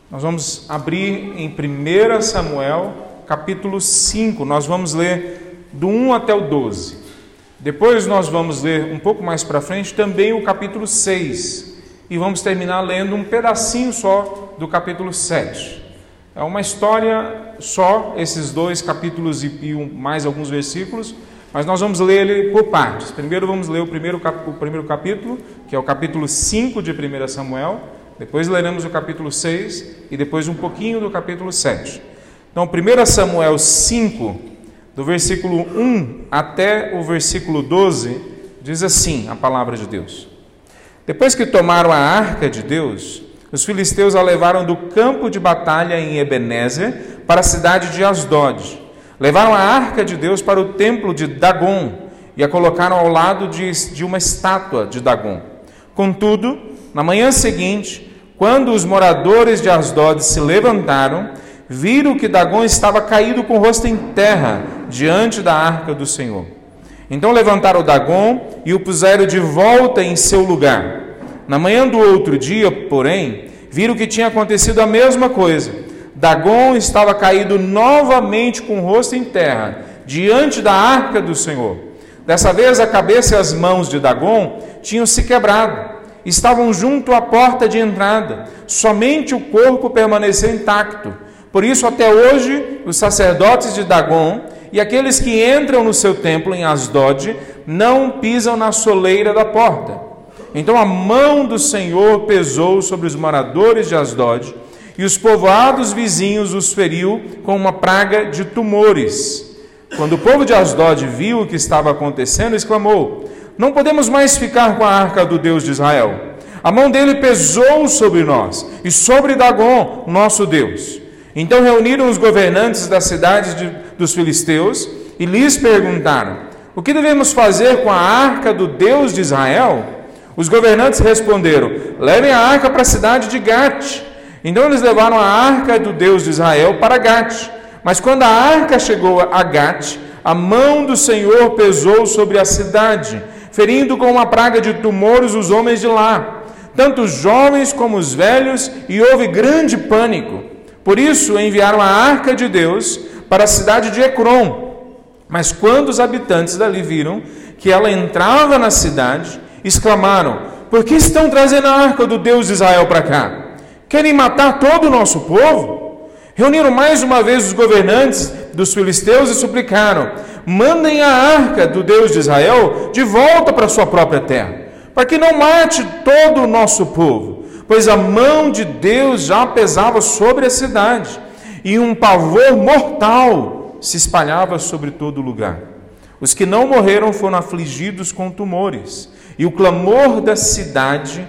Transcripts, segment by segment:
Nós vamos abrir em 1 Samuel, capítulo 5. Nós vamos ler do 1 até o 12. Depois nós vamos ler um pouco mais para frente também o capítulo 6. E vamos terminar lendo um pedacinho só do capítulo 7. É uma história só, esses dois capítulos e mais alguns versículos, mas nós vamos ler ele por partes. Primeiro vamos ler o primeiro capítulo, que é o capítulo 5 de 1 Samuel. Depois leremos o capítulo 6 e depois um pouquinho do capítulo 7. Então, 1 Samuel 5, do versículo 1 até o versículo 12, diz assim a palavra de Deus. Depois que tomaram a arca de Deus, os filisteus a levaram do campo de batalha em Ebenezer para a cidade de Asdod. Levaram a arca de Deus para o templo de Dagon e a colocaram ao lado de uma estátua de Dagon. Contudo, na manhã seguinte, quando os moradores de Asdod se levantaram, viram que Dagon estava caído com o rosto em terra diante da arca do Senhor. Então levantaram Dagon e o puseram de volta em seu lugar. Na manhã do outro dia, porém, viram que tinha acontecido a mesma coisa. Dagon estava caído novamente com o rosto em terra diante da arca do Senhor. Dessa vez a cabeça e as mãos de Dagon tinham se quebrado. Estavam junto à porta de entrada, somente o corpo permaneceu intacto. Por isso, até hoje, os sacerdotes de Dagon e aqueles que entram no seu templo em Asdod não pisam na soleira da porta. Então a mão do Senhor pesou sobre os moradores de Asdod, e os povoados vizinhos os feriu com uma praga de tumores. Quando o povo de Asdod viu o que estava acontecendo, exclamou: não podemos mais ficar com a arca do Deus de Israel. A mão dele pesou sobre nós e sobre Dagon, nosso Deus. Então reuniram os governantes das cidades dos filisteus e lhes perguntaram: o que devemos fazer com a arca do Deus de Israel? Os governantes responderam: levem a arca para a cidade de Gate. Então eles levaram a arca do Deus de Israel para Gate. Mas quando a arca chegou a Gate, a mão do Senhor pesou sobre a cidade, ferindo com uma praga de tumores os homens de lá, tanto os jovens como os velhos, e houve grande pânico. Por isso enviaram a arca de Deus para a cidade de Ecrom. Mas quando os habitantes dali viram que ela entrava na cidade, exclamaram: por que estão trazendo a arca do Deus de Israel para cá? Querem matar todo o nosso povo? Reuniram mais uma vez os governantes dos filisteus e suplicaram: mandem a arca do Deus de Israel de volta para sua própria terra, para que não mate todo o nosso povo, pois a mão de Deus já pesava sobre a cidade, e um pavor mortal se espalhava sobre todo o lugar. Os que não morreram foram afligidos com tumores, e o clamor da cidade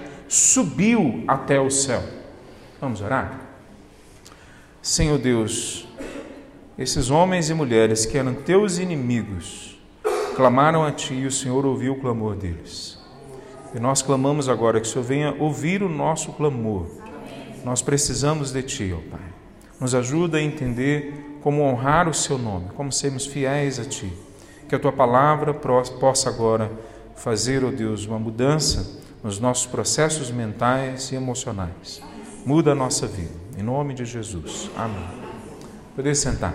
subiu até o céu. Vamos orar? Senhor Deus, esses homens e mulheres que eram teus inimigos clamaram a Ti e o Senhor ouviu o clamor deles. E nós clamamos agora que o Senhor venha ouvir o nosso clamor. Nós precisamos de Ti, ó Pai. Nos ajuda a entender como honrar o Seu nome, como sermos fiéis a Ti. Que a Tua palavra possa agora fazer, ó Deus, uma mudança nos nossos processos mentais e emocionais. Muda a nossa vida. Em nome de Jesus. Amém. Poder sentar.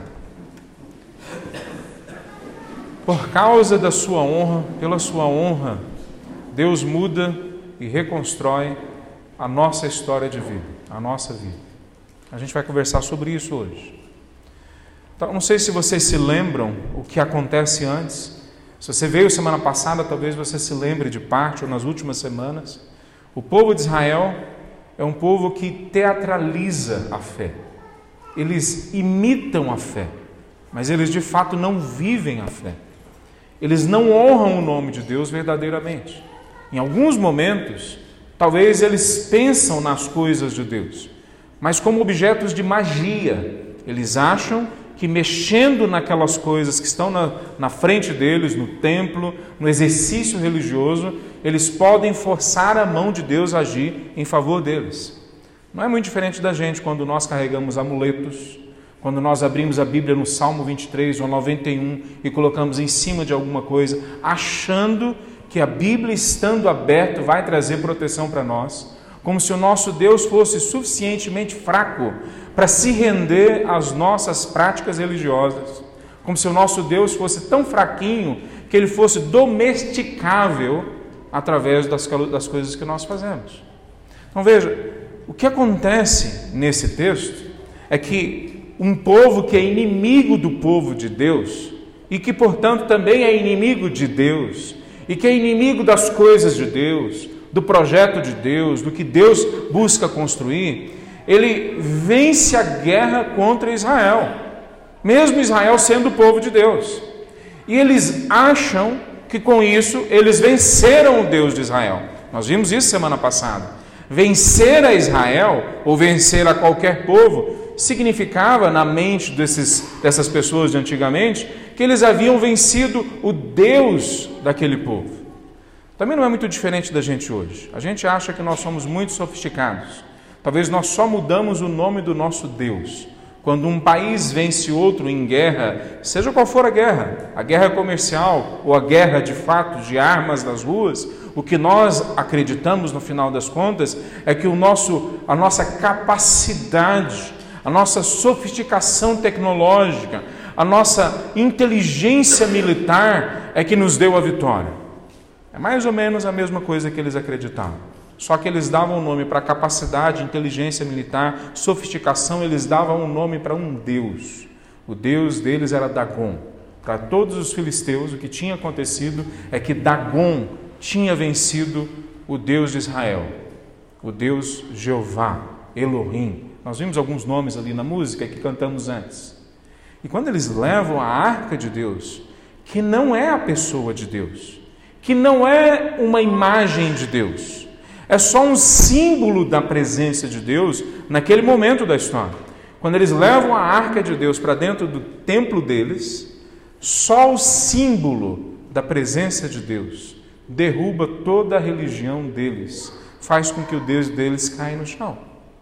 Por causa da sua honra, pela sua honra, Deus muda e reconstrói a nossa história de vida, a nossa vida. A gente vai conversar sobre isso hoje. Então, não sei se vocês se lembram o que acontece antes. Se você veio semana passada, talvez você se lembre de parte, ou nas últimas semanas. O povo de Israel é um povo que teatraliza a fé. Eles imitam a fé, mas eles de fato não vivem a fé. Eles não honram o nome de Deus verdadeiramente. Em alguns momentos, talvez eles pensam nas coisas de Deus, mas como objetos de magia. Eles acham que mexendo naquelas coisas que estão na frente deles, no templo, no exercício religioso, eles podem forçar a mão de Deus a agir em favor deles. Não é muito diferente da gente quando nós carregamos amuletos, quando nós abrimos a Bíblia no Salmo 23 ou 91 e colocamos em cima de alguma coisa, achando que a Bíblia estando aberta vai trazer proteção para nós, como se o nosso Deus fosse suficientemente fraco para se render às nossas práticas religiosas, como se o nosso Deus fosse tão fraquinho que ele fosse domesticável através das coisas que nós fazemos. Então veja, o que acontece nesse texto é que um povo que é inimigo do povo de Deus, e que portanto também é inimigo de Deus, e que é inimigo das coisas de Deus, do projeto de Deus, do que Deus busca construir, ele vence a guerra contra Israel, mesmo Israel sendo o povo de Deus. E eles acham que com isso eles venceram o Deus de Israel. Nós vimos isso semana passada. Vencer a Israel, ou vencer a qualquer povo, significava na mente dessas pessoas de antigamente, que eles haviam vencido o Deus daquele povo. Também não é muito diferente da gente hoje. A gente acha que nós somos muito sofisticados. Talvez nós só mudamos o nome do nosso Deus. Quando um país vence outro em guerra, seja qual for a guerra comercial ou a guerra de fato de armas nas ruas, o que nós acreditamos no final das contas é que a nossa capacidade, a nossa sofisticação tecnológica, a nossa inteligência militar é que nos deu a vitória. É mais ou menos a mesma coisa que eles acreditavam. Só que eles davam um nome para capacidade, inteligência militar, sofisticação, eles davam um nome para um Deus. O Deus deles era Dagon. Para todos os filisteus, o que tinha acontecido é que Dagon tinha vencido o Deus de Israel, o Deus Jeová, Elohim. Nós vimos alguns nomes ali na música que cantamos antes. E quando eles levam a arca de Deus, que não é a pessoa de Deus, que não é uma imagem de Deus, é só um símbolo da presença de Deus naquele momento da história. Quando eles levam a arca de Deus para dentro do templo deles, só o símbolo da presença de Deus derruba toda a religião deles, faz com que o Deus deles caia no chão.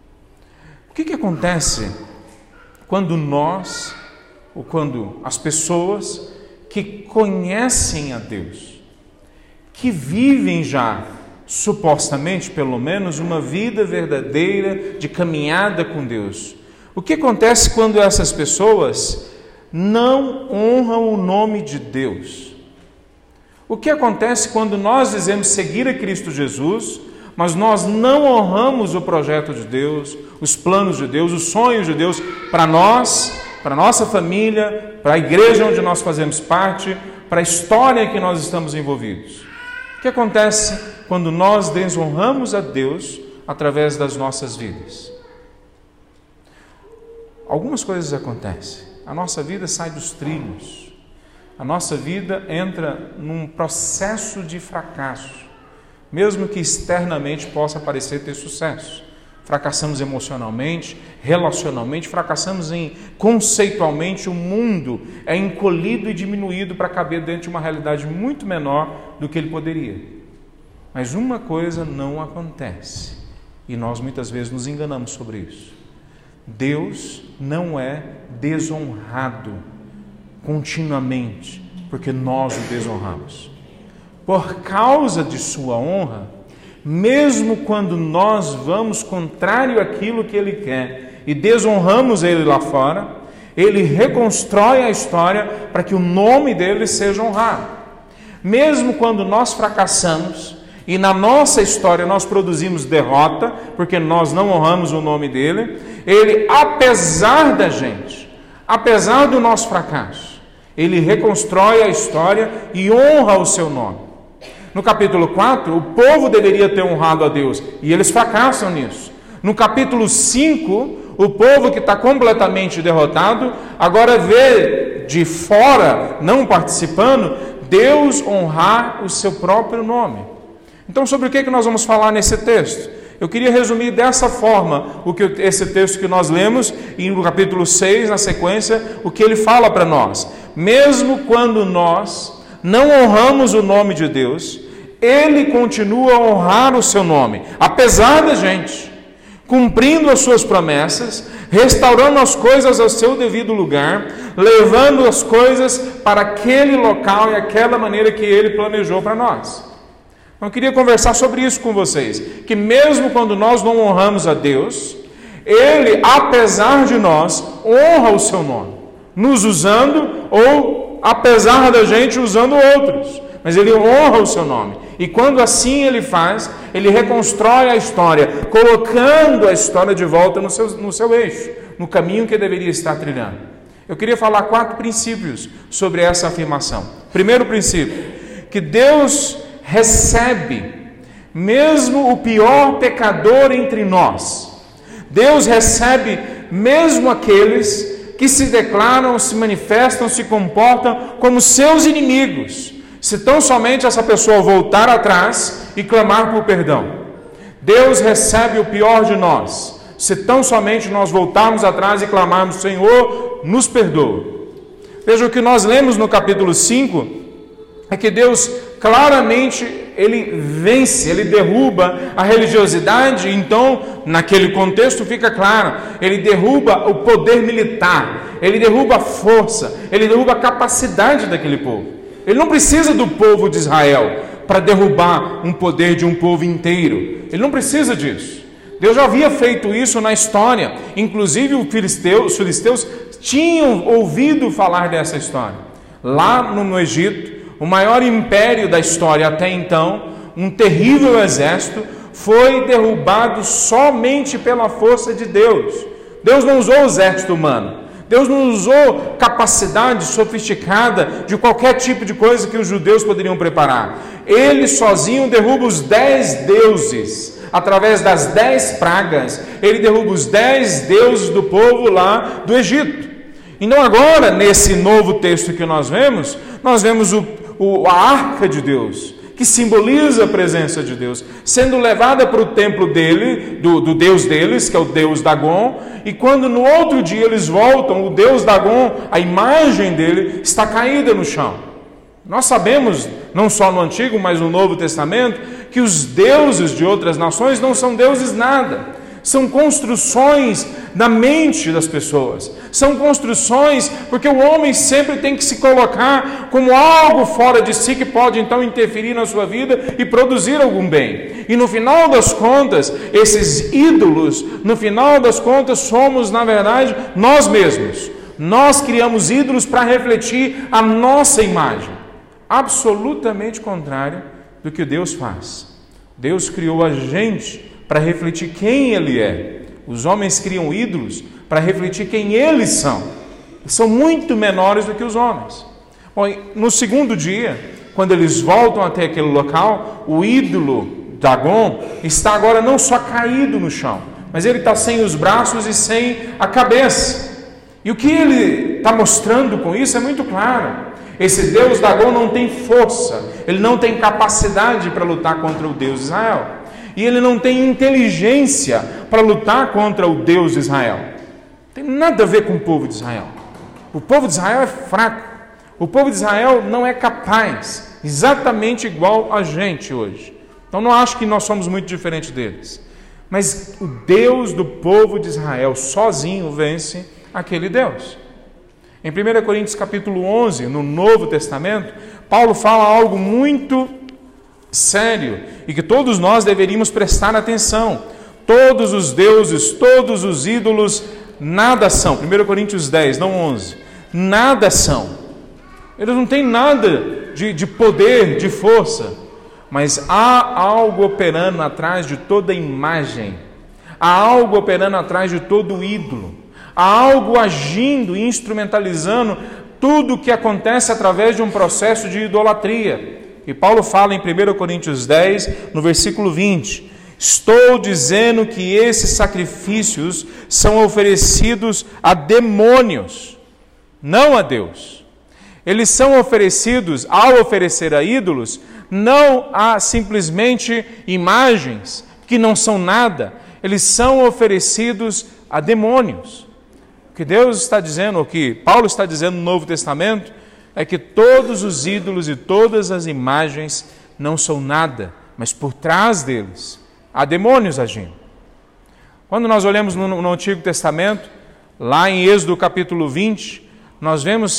O que acontece quando nós, ou quando as pessoas que conhecem a Deus, que vivem já, supostamente, pelo menos, uma vida verdadeira de caminhada com Deus. O que acontece quando essas pessoas não honram o nome de Deus? O que acontece quando nós dizemos seguir a Cristo Jesus, mas nós não honramos o projeto de Deus, os planos de Deus, os sonhos de Deus para nós, para a nossa família, para a igreja onde nós fazemos parte, para a história que nós estamos envolvidos? O que acontece quando nós desonramos a Deus através das nossas vidas? Algumas coisas acontecem. A nossa vida sai dos trilhos. A nossa vida entra num processo de fracasso, mesmo que externamente possa parecer ter sucesso. Fracassamos emocionalmente, relacionalmente, fracassamos conceitualmente. O mundo é encolhido e diminuído para caber dentro de uma realidade muito menor do que ele poderia. Mas uma coisa não acontece, e nós muitas vezes nos enganamos sobre isso. Deus não é desonrado continuamente, porque nós o desonramos. Por causa de sua honra, mesmo quando nós vamos contrário àquilo que Ele quer e desonramos Ele lá fora, Ele reconstrói a história para que o nome dEle seja honrado. Mesmo quando nós fracassamos e na nossa história nós produzimos derrota, porque nós não honramos o nome dEle, Ele, apesar da gente, apesar do nosso fracasso, Ele reconstrói a história e honra o seu nome. No capítulo 4, o povo deveria ter honrado a Deus, e eles fracassam nisso. No capítulo 5, o povo que está completamente derrotado, agora vê de fora, não participando, Deus honrar o seu próprio nome. Então, sobre o que nós vamos falar nesse texto? Eu queria resumir dessa forma esse texto que nós lemos, e no capítulo 6, na sequência, o que ele fala para nós. Mesmo quando nós não honramos o nome de Deus, Ele continua a honrar o seu nome, apesar da gente, cumprindo as suas promessas, restaurando as coisas ao seu devido lugar, levando as coisas para aquele local e aquela maneira que Ele planejou para nós. Eu queria conversar sobre isso com vocês, que mesmo quando nós não honramos a Deus, Ele, apesar de nós, honra o seu nome, nos usando ou apesar da gente usando outros, mas Ele honra o seu nome. E quando assim Ele faz, Ele reconstrói a história, colocando a história de volta no seu eixo, no caminho que deveria estar trilhando. Eu queria falar 4 princípios sobre essa afirmação. Primeiro princípio, que Deus recebe mesmo o pior pecador entre nós. Deus recebe mesmo aqueles que se declaram, se manifestam, se comportam como seus inimigos, se tão somente essa pessoa voltar atrás e clamar por perdão. Deus recebe o pior de nós, se tão somente nós voltarmos atrás e clamarmos: Senhor, nos perdoa. Veja, o que nós lemos no capítulo 5 é que Deus claramente, Ele vence, Ele derruba a religiosidade. Então, naquele contexto fica claro, Ele derruba o poder militar, Ele derruba a força, Ele derruba a capacidade daquele povo. Ele não precisa do povo de Israel para derrubar um poder de um povo inteiro. Ele não precisa disso. Deus já havia feito isso na história. Inclusive os filisteus tinham ouvido falar dessa história. Lá no Egito, o maior império da história até então, um terrível exército, foi derrubado somente pela força de Deus. Deus não usou o exército humano. Deus não usou capacidade sofisticada de qualquer tipo de coisa que os judeus poderiam preparar. Ele sozinho derruba os 10 deuses. Através das 10 pragas, ele derruba os 10 deuses do povo lá do Egito. Então agora, nesse novo texto que nós vemos a arca de Deus, que simboliza a presença de Deus, sendo levada para o templo dele, do Deus deles, que é o Deus Dagon, e quando no outro dia eles voltam, o Deus Dagon, a imagem dele, está caída no chão. Nós sabemos, não só no Antigo, mas no Novo Testamento, que os deuses de outras nações não são deuses nada. São construções da mente das pessoas. São construções porque o homem sempre tem que se colocar como algo fora de si que pode então interferir na sua vida e produzir algum bem. E no final das contas, esses ídolos, no final das contas, somos na verdade nós mesmos. Nós criamos ídolos para refletir a nossa imagem. Absolutamente contrário do que Deus faz. Deus criou a gente para refletir quem Ele é. Os homens criam ídolos para refletir quem eles são. São muito menores do que os homens. Bom, no segundo dia, quando eles voltam até aquele local, o ídolo Dagon está agora não só caído no chão, mas ele está sem os braços e sem a cabeça. E o que ele está mostrando com isso é muito claro. Esse Deus Dagon não tem força, ele não tem capacidade para lutar contra o Deus de Israel. E ele não tem inteligência para lutar contra o Deus de Israel. Não tem nada a ver com o povo de Israel. O povo de Israel é fraco. O povo de Israel não é capaz, exatamente igual a gente hoje. Então não acho que nós somos muito diferentes deles. Mas o Deus do povo de Israel sozinho vence aquele Deus. Em 1 Coríntios capítulo 11, no Novo Testamento, Paulo fala algo muito sério e que todos nós deveríamos prestar atenção. Todos os deuses, todos os ídolos, nada são. 1 Coríntios 10, não 11. Nada são. Eles não têm nada de poder, de força. Mas há algo operando atrás de toda imagem. Há algo operando atrás de todo ídolo. Há algo agindo e instrumentalizando tudo o que acontece através de um processo de idolatria. E Paulo fala em 1 Coríntios 10, no versículo 20: estou dizendo que esses sacrifícios são oferecidos a demônios, não a Deus. Eles são oferecidos, ao oferecer a ídolos, não a simplesmente imagens que não são nada. Eles são oferecidos a demônios. O que Deus está dizendo, o que Paulo está dizendo no Novo Testamento, é que todos os ídolos e todas as imagens não são nada, mas por trás deles há demônios agindo. Quando nós olhamos no Antigo Testamento, lá em Êxodo capítulo 20, nós vemos que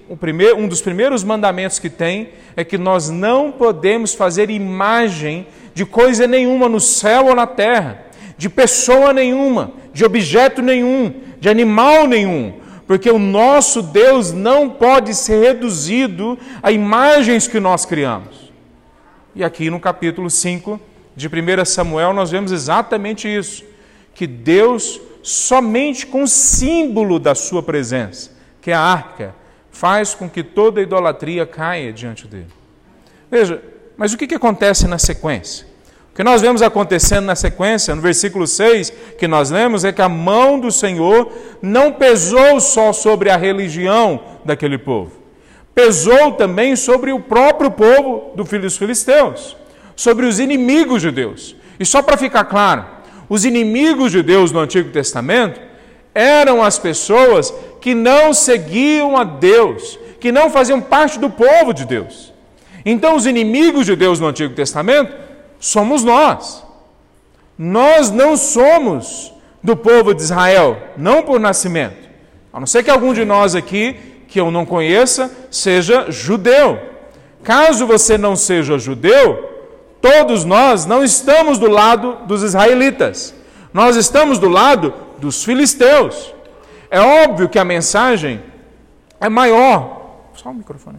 um dos primeiros mandamentos que tem é que nós não podemos fazer imagem de coisa nenhuma no céu ou na terra, de pessoa nenhuma, de objeto nenhum, de animal nenhum, porque o nosso Deus não pode ser reduzido a imagens que nós criamos. E aqui no capítulo 5 de 1 Samuel nós vemos exatamente isso, que Deus, somente com o símbolo da sua presença, que é a arca, faz com que toda idolatria caia diante dele. Veja, mas o que acontece na sequência? O que nós vemos acontecendo na sequência, no versículo 6, que nós lemos, é que a mão do Senhor não pesou só sobre a religião daquele povo, pesou também sobre o próprio povo dos filisteus, sobre os inimigos de Deus. E só para ficar claro, os inimigos de Deus no Antigo Testamento eram as pessoas que não seguiam a Deus, que não faziam parte do povo de Deus. Então, os inimigos de Deus no Antigo Testamento somos nós. Nós não somos do povo de Israel, não por nascimento. A não ser que algum de nós aqui, que eu não conheça, seja judeu. Caso você não seja judeu, todos nós não estamos do lado dos israelitas. Nós estamos do lado dos filisteus. É óbvio que a mensagem é maior. Só o microfone.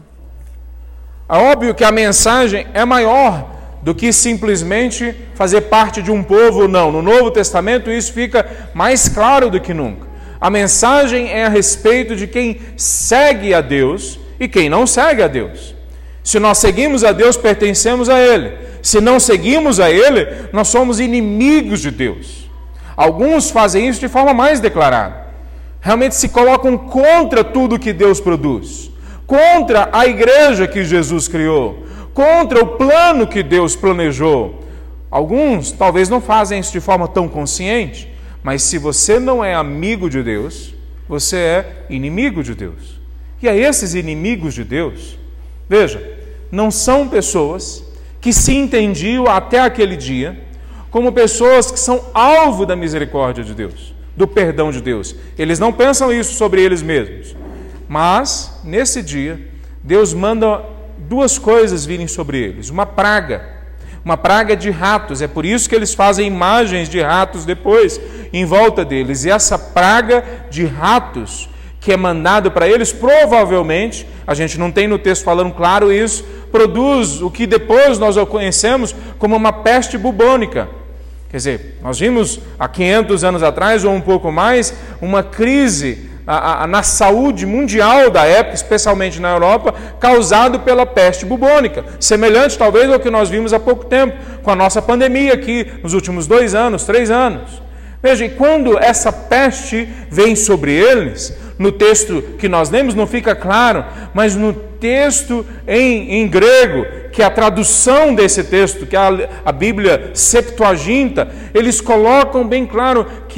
É óbvio que a mensagem é maior do que simplesmente fazer parte de um povo ou não. No Novo Testamento isso fica mais claro do que nunca. A mensagem é a respeito de quem segue a Deus e quem não segue a Deus. Se nós seguimos a Deus, pertencemos a Ele. Se não seguimos a Ele, nós somos inimigos de Deus. Alguns fazem isso de forma mais declarada. Realmente se colocam contra tudo que Deus produz, contra a igreja que Jesus criou, contra o plano que Deus planejou. Alguns talvez não fazem isso de forma tão consciente, mas se você não é amigo de Deus, você é inimigo de Deus. E a esses inimigos de Deus, veja, não são pessoas que se entendiam até aquele dia como pessoas que são alvo da misericórdia de Deus, do perdão de Deus. Eles não pensam isso sobre eles mesmos. Mas, nesse dia, Deus manda duas coisas virem sobre eles. Uma praga de ratos. É por isso que eles fazem imagens de ratos depois, em volta deles. E essa praga de ratos que é mandado para eles, provavelmente, a gente não tem no texto falando claro isso, produz o que depois nós conhecemos como uma peste bubônica. Quer dizer, nós vimos há 500 anos atrás, ou um pouco mais, uma crise na saúde mundial da época, especialmente na Europa, causado pela peste bubônica, semelhante talvez ao que nós vimos há pouco tempo, com a nossa pandemia aqui, nos últimos 2 anos, 3 anos. Veja, e quando essa peste vem sobre eles, no texto que nós lemos não fica claro, mas no texto em grego, que é a tradução desse texto, que é a Bíblia Septuaginta, eles colocam bem claro que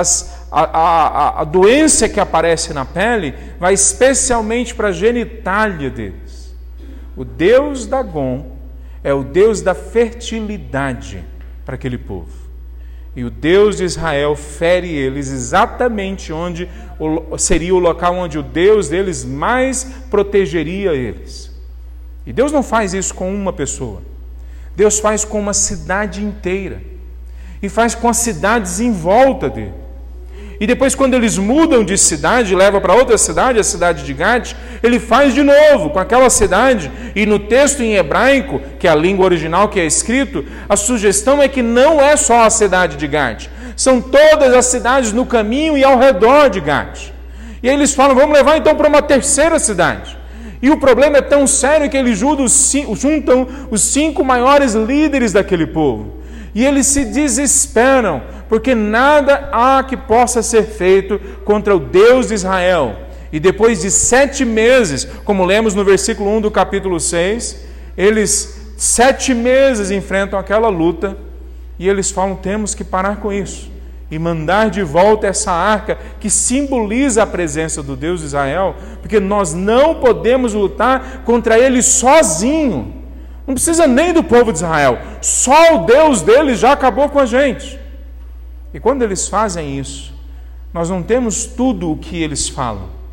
a doença que aparece na pele vai especialmente para a genitália deles. O Deus Dagom é o Deus da fertilidade para aquele povo. E o Deus de Israel fere eles exatamente onde seria o local onde o Deus deles mais protegeria eles. E Deus não faz isso com uma pessoa. Deus faz com uma cidade inteira. E faz com as cidades em volta dele. E depois, quando eles mudam de cidade, leva para outra cidade, a cidade de Gate, ele faz de novo com aquela cidade. E no texto em hebraico, que é a língua original que é escrito, a sugestão é que não é só a cidade de Gate, são todas as cidades no caminho e ao redor de Gate. E aí eles falam, vamos levar então para uma terceira cidade. E o problema é tão sério que eles juntam os 5 maiores líderes daquele povo. E eles se desesperam, porque nada há que possa ser feito contra o Deus de Israel. E depois de 7 meses, como lemos no versículo 1 do capítulo 6, eles 7 meses enfrentam aquela luta, e eles falam, temos que parar com isso, e mandar de volta essa arca, que simboliza a presença do Deus de Israel, porque nós não podemos lutar contra ele sozinho. Não precisa nem do povo de Israel. Só o Deus deles já acabou com a gente. E quando eles fazem isso, nós não temos tudo o que eles falam.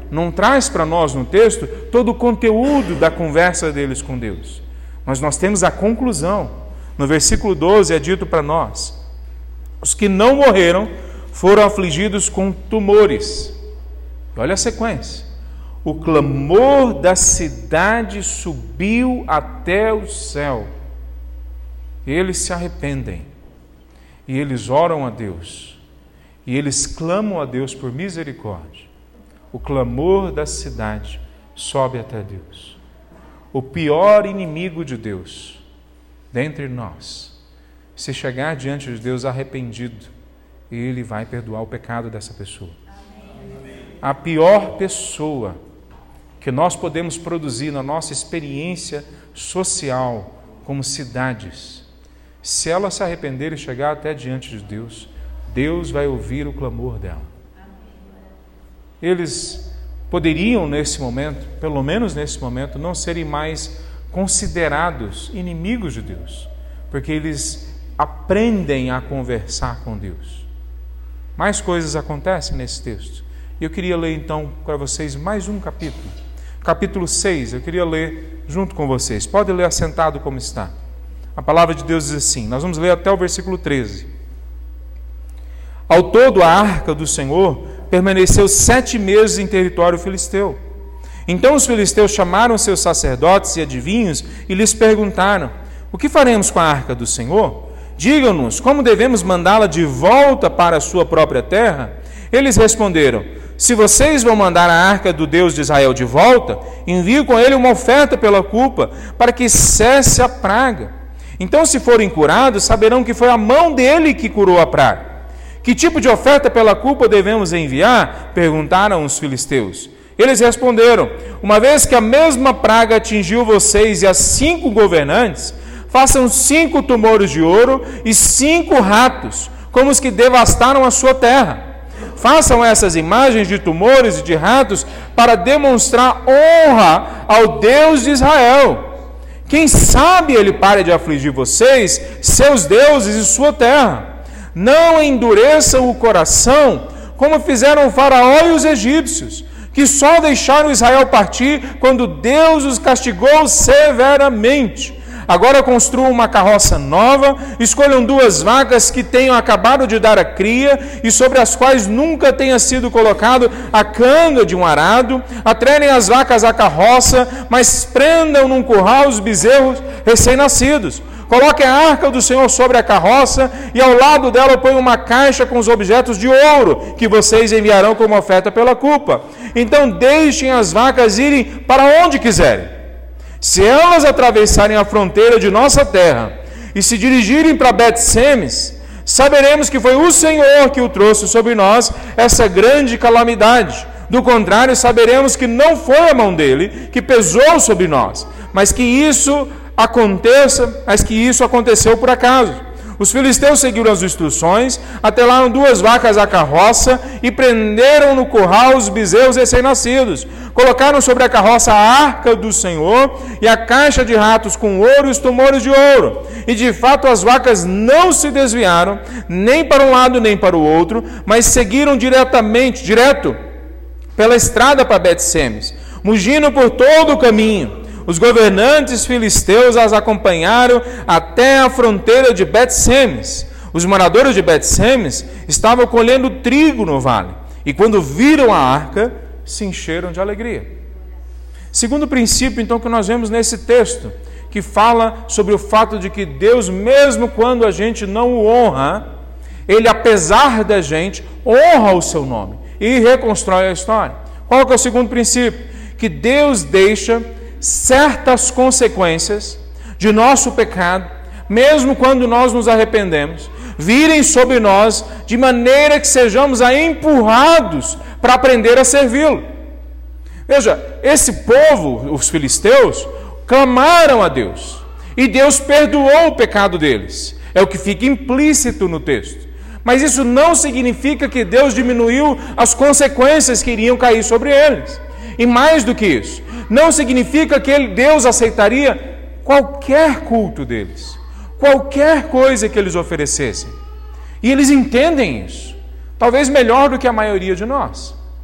não traz para nós no texto todo o conteúdo da conversa deles com Deus. Mas nós temos a conclusão. No versículo 12 é dito para nós: os que não morreram foram afligidos com tumores. Olha a sequência. O clamor da cidade subiu até o céu. Eles se arrependem. E eles oram a Deus. E eles clamam a Deus por misericórdia. O clamor da cidade sobe até Deus. O pior inimigo de Deus, dentre nós, se chegar diante de Deus arrependido, Ele vai perdoar o pecado dessa pessoa. A pior pessoa que nós podemos produzir na nossa experiência social como cidades, se ela se arrepender e chegar até diante de Deus, Deus vai ouvir o clamor dela. Eles poderiam nesse momento, pelo menos nesse momento, não serem mais considerados inimigos de Deus, porque eles aprendem a conversar com Deus. Mais coisas acontecem nesse texto. E eu queria ler então para vocês mais um capítulo. Capítulo 6, eu queria ler junto com vocês. Pode ler assentado como está. A palavra de Deus diz assim, nós vamos ler até o versículo 13. Ao todo, a arca do Senhor permaneceu 7 meses em território filisteu. Então os filisteus chamaram seus sacerdotes e adivinhos e lhes perguntaram: o que faremos com a arca do Senhor? Digam-nos, como devemos mandá-la de volta para a sua própria terra? Eles responderam: se vocês vão mandar a arca do Deus de Israel de volta, enviem com ele uma oferta pela culpa, para que cesse a praga. Então, se forem curados, saberão que foi a mão dele que curou a praga. Que tipo de oferta pela culpa devemos enviar? Perguntaram os filisteus. Eles responderam: uma vez que a mesma praga atingiu vocês e as 5 governantes, façam 5 tumores de ouro e 5 ratos, como os que devastaram a sua terra. Façam essas imagens de tumores e de ratos para demonstrar honra ao Deus de Israel. Quem sabe ele pare de afligir vocês, seus deuses e sua terra. Não endureçam o coração, como fizeram o faraó e os egípcios, que só deixaram Israel partir quando Deus os castigou severamente. Agora construam uma carroça nova, escolham 2 vacas que tenham acabado de dar a cria e sobre as quais nunca tenha sido colocado a canga de um arado. Atrelem as vacas à carroça, mas prendam num curral os bezerros recém-nascidos. Coloquem a arca do Senhor sobre a carroça e ao lado dela ponham uma caixa com os objetos de ouro que vocês enviarão como oferta pela culpa. Então deixem as vacas irem para onde quiserem. Se elas atravessarem a fronteira de nossa terra e se dirigirem para Bet-Semes, saberemos que foi o Senhor que o trouxe sobre nós essa grande calamidade. Do contrário, saberemos que não foi a mão dele que pesou sobre nós, mas que isso aconteceu por acaso. Os filisteus seguiram as instruções, atelaram 2 vacas à carroça e prenderam no curral os bezerros recém-nascidos. Colocaram sobre a carroça a arca do Senhor e a caixa de ratos com ouro e os tumores de ouro. E de fato as vacas não se desviaram, nem para um lado nem para o outro, mas seguiram direto pela estrada para Bet-Semes, mugindo por todo o caminho. Os governantes filisteus as acompanharam até a fronteira de Bet-Semes. Os moradores de Bet-Semes estavam colhendo trigo no vale, e quando viram a arca, se encheram de alegria. Segundo princípio, então, que nós vemos nesse texto, que fala sobre o fato de que Deus, mesmo quando a gente não o honra, Ele, apesar da gente, honra o seu nome e reconstrói a história. Qual que é o segundo princípio? Que Deus deixa certas consequências de nosso pecado, mesmo quando nós nos arrependemos, virem sobre nós de maneira que sejamos empurrados para aprender a servi-lo. Veja, esse povo, os filisteus, clamaram a Deus e Deus perdoou o pecado deles. É o que fica implícito no texto. Mas isso não significa que Deus diminuiu as consequências que iriam cair sobre eles. E mais do que isso, não significa que Deus aceitaria qualquer culto deles, qualquer coisa que eles oferecessem. E eles entendem isso, talvez melhor do que a maioria de nós.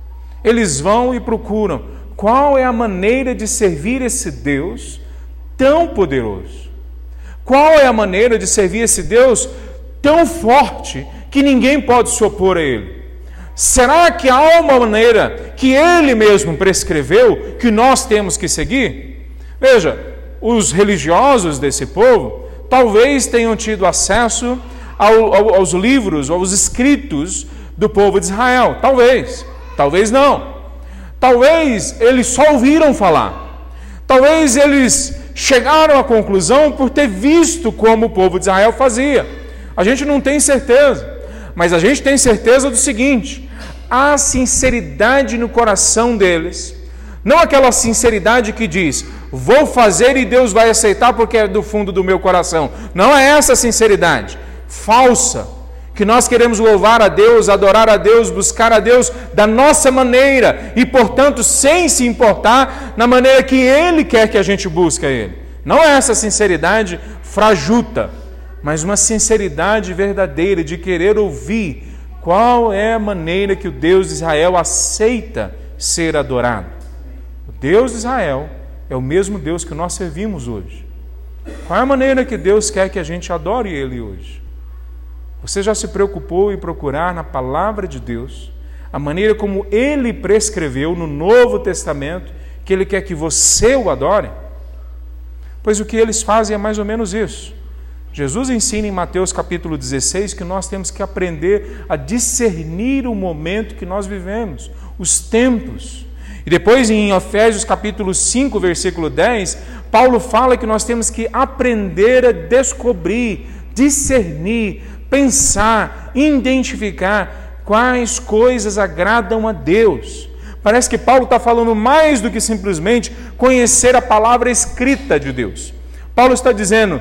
Eles vão e procuram qual é a maneira de servir esse Deus tão poderoso. Qual é a maneira de servir esse Deus tão forte que ninguém pode se opor a Ele? Será que há uma maneira que Ele mesmo prescreveu que nós temos que seguir? Veja, os religiosos desse povo talvez tenham tido acesso aos livros, aos escritos do povo de Israel. Talvez não. Talvez eles só ouviram falar. Talvez eles chegaram à conclusão por ter visto como o povo de Israel fazia. A gente não tem certeza, mas a gente tem certeza do seguinte: há sinceridade no coração deles. Não aquela sinceridade que diz, vou fazer e Deus vai aceitar porque é do fundo do meu coração. Não é essa sinceridade falsa, que nós queremos louvar a Deus, adorar a Deus, buscar a Deus da nossa maneira e, portanto, sem se importar na maneira que Ele quer que a gente busque a Ele. Não é essa sinceridade frajuta, mas uma sinceridade verdadeira de querer ouvir qual é a maneira que o Deus de Israel aceita ser adorado. O Deus de Israel é o mesmo Deus que nós servimos hoje. Qual é a maneira que Deus quer que a gente adore Ele hoje? Você já se preocupou em procurar na palavra de Deus a maneira como Ele prescreveu no Novo Testamento que Ele quer que você o adore? Pois o que eles fazem é mais ou menos isso. Jesus ensina em Mateus capítulo 16 que nós temos que aprender a discernir o momento que nós vivemos, os tempos. E depois em Efésios capítulo 5, versículo 10, Paulo fala que nós temos que aprender a descobrir, discernir, pensar, identificar quais coisas agradam a Deus. Parece que Paulo está falando mais do que simplesmente conhecer a palavra escrita de Deus. Paulo está dizendo,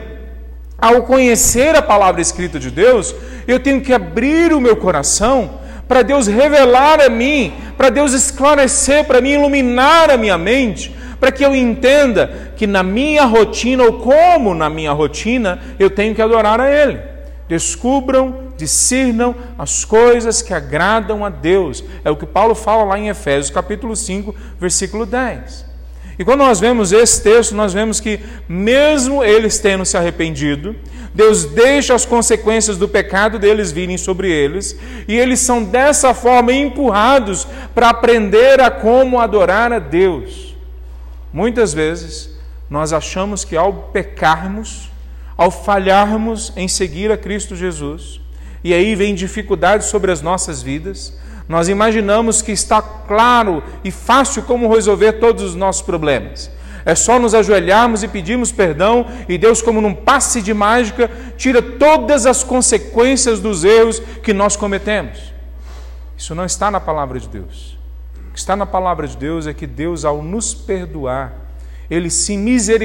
ao conhecer a palavra escrita de Deus, eu tenho que abrir o meu coração para Deus revelar a mim, para Deus esclarecer para mim, iluminar a minha mente, para que eu entenda que na minha rotina, ou como na minha rotina, eu tenho que adorar a Ele. Descubram, discernam as coisas que agradam a Deus. É o que Paulo fala lá em Efésios capítulo 5, versículo 10. E quando nós vemos esse texto, nós vemos que mesmo eles tendo se arrependido, Deus deixa as consequências do pecado deles virem sobre eles, e eles são dessa forma empurrados para aprender a como adorar a Deus. Muitas vezes nós achamos que ao pecarmos, ao falharmos em seguir a Cristo Jesus, e aí vem dificuldades sobre as nossas vidas, nós imaginamos que está claro e fácil como resolver todos os nossos problemas. É só nos ajoelharmos e pedirmos perdão, e Deus, como num passe de mágica, tira todas as consequências dos erros que nós cometemos. Isso não está na palavra de Deus. O que está na palavra de Deus é que Deus, ao nos perdoar, Ele se